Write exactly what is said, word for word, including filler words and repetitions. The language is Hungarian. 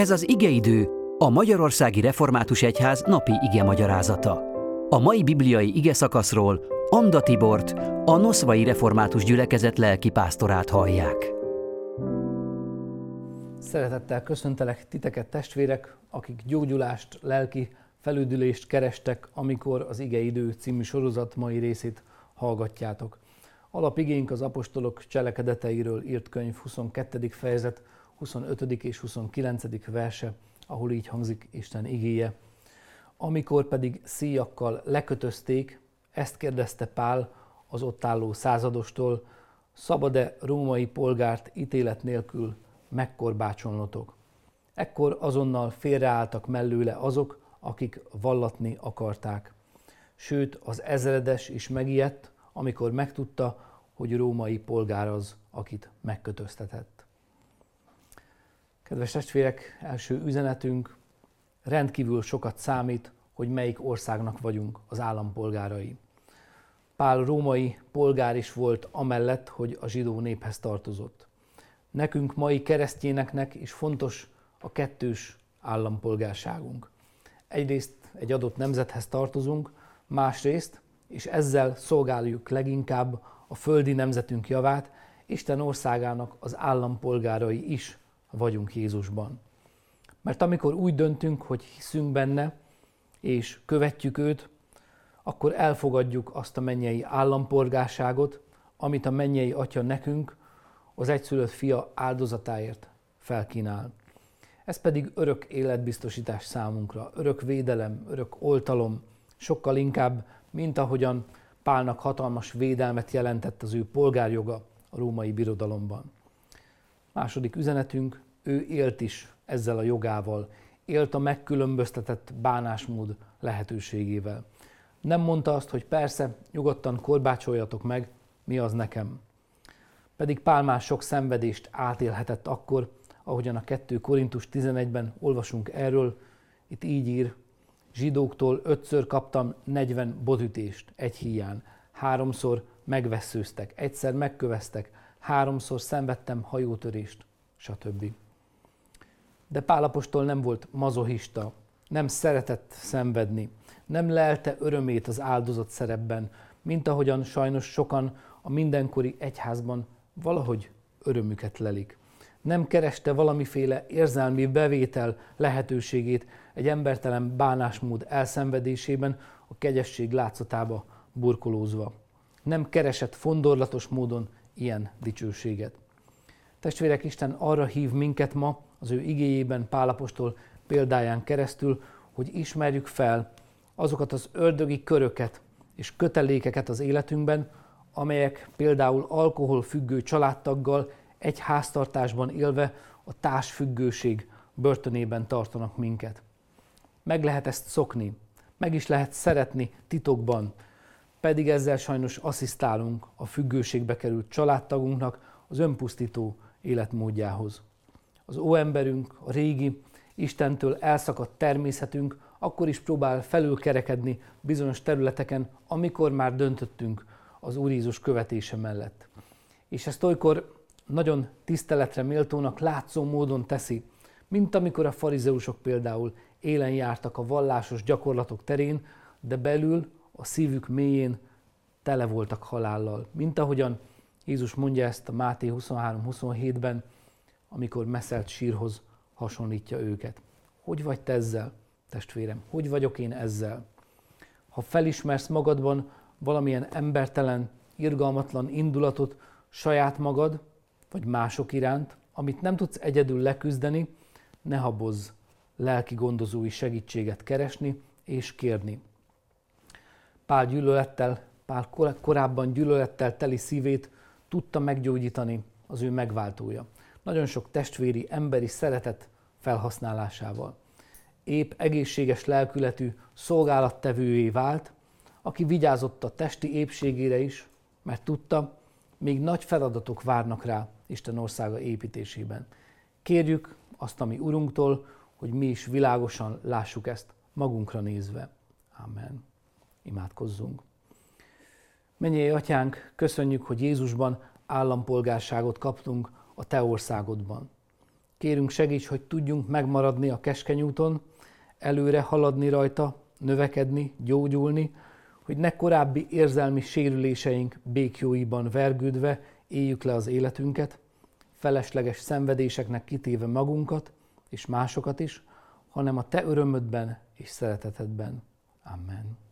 Ez az igeidő, a Magyarországi Református Egyház napi igemagyarázata. A mai bibliai igeszakaszról Anda Tibort, a Noszvai Református Gyülekezet lelkipásztorát hallják. Szeretettel köszöntelek titeket, testvérek, akik gyógyulást, lelki felüdülést kerestek, amikor az Igeidő című sorozat mai részét hallgatjátok. Alapigénk az apostolok cselekedeteiről írt könyv huszonkettedik fejezet, huszonötödik és huszonkilencedik verse, ahol így hangzik Isten igéje. Amikor pedig szíjakkal lekötözték, ezt kérdezte Pál az ott álló századostól, szabad-e római polgárt ítélet nélkül megkorbácsolnotok? Ekkor azonnal félreálltak mellőle azok, akik vallatni akarták. Sőt, az ezredes is megijedt, amikor megtudta, hogy római polgár az, akit megkötöztetett. Kedves testvérek, első üzenetünk: rendkívül sokat számít, hogy melyik országnak vagyunk az állampolgárai. Pál római polgár is volt amellett, hogy a zsidó néphez tartozott. Nekünk, mai keresztényeknek is fontos a kettős állampolgárságunk. Egyrészt egy adott nemzethez tartozunk, másrészt, és ezzel szolgáljuk leginkább a földi nemzetünk javát, Isten országának az állampolgárai is vagyunk Jézusban. Mert amikor úgy döntünk, hogy hiszünk benne, és követjük őt, akkor elfogadjuk azt a mennyei állampolgárságot, amit a mennyei Atya nekünk, az egyszülött fia áldozatáért felkínál. Ez pedig örök életbiztosítás számunkra, örök védelem, örök oltalom, sokkal inkább, mint ahogyan Pálnak hatalmas védelmet jelentett az ő polgárjoga a római birodalomban. Második üzenetünk: ő élt is ezzel a jogával, élt a megkülönböztetett bánásmód lehetőségével. Nem mondta azt, hogy persze, nyugodtan korbácsoljatok meg, mi az nekem. Pedig Pál már sok szenvedést átélhetett akkor, ahogyan a kettő Korintus tizenegyben olvasunk erről, itt így ír: zsidóktól ötször kaptam negyven botütést egy híján, háromszor megvesszőztek, egyszer megköveztek, háromszor szenvedtem hajótörést, stb. De Pál apostol nem volt mazochista, nem szeretett szenvedni, nem lelte örömét az áldozat szerepben, mint ahogyan sajnos sokan a mindenkori egyházban valahogy örömüket lelik. Nem kereste valamiféle érzelmi bevétel lehetőségét egy embertelen bánásmód elszenvedésében, a kegyesség látszatába burkolózva. Nem keresett fondorlatos módon ilyen dicsőséget. Testvérek, Isten arra hív minket ma, az ő igéjében, Pál apostol példáján keresztül, hogy ismerjük fel azokat az ördögi köröket és kötelékeket az életünkben, amelyek például alkoholfüggő családtaggal egy háztartásban élve a társfüggőség börtönében tartanak minket. Meg lehet ezt szokni, meg is lehet szeretni titokban, pedig ezzel sajnos asszisztálunk a függőségbe került családtagunknak az önpusztító életmódjához. Az óemberünk, a régi, Istentől elszakadt természetünk akkor is próbál felülkerekedni bizonyos területeken, amikor már döntöttünk az Úr Jézus követése mellett. És ezt olykor nagyon tiszteletre méltónak látszó módon teszi, mint amikor a farizeusok például élen jártak a vallásos gyakorlatok terén, de belül a szívük mélyén tele voltak halállal. Mint ahogyan Jézus mondja ezt a Máté huszonhárom huszonhétben, amikor meszelt sírhoz hasonlítja őket. Hogy vagy te ezzel, testvérem? Hogy vagyok én ezzel? Ha felismersz magadban valamilyen embertelen, irgalmatlan indulatot saját magad, vagy mások iránt, amit nem tudsz egyedül leküzdeni, ne habozz lelki gondozói segítséget keresni és kérni. Pál gyűlölettel, Pál korábban gyűlölettel teli szívét tudta meggyógyítani az ő megváltója. Nagyon sok testvéri, emberi szeretet felhasználásával. Épp egészséges lelkületű szolgálattevőjé vált, aki vigyázott a testi épségére is, mert tudta, még nagy feladatok várnak rá Isten országa építésében. Kérjük azt a mi Urunktól, hogy mi is világosan lássuk ezt magunkra nézve. Amen. Imádkozzunk. Mennyei Atyánk, köszönjük, hogy Jézusban állampolgárságot kaptunk a Te országodban. Kérünk, segíts, hogy tudjunk megmaradni a keskeny úton, előre haladni rajta, növekedni, gyógyulni, hogy ne korábbi érzelmi sérüléseink békjóiban vergődve éljük le az életünket, felesleges szenvedéseknek kitéve magunkat és másokat is, hanem a Te örömödben és szeretetedben. Amen.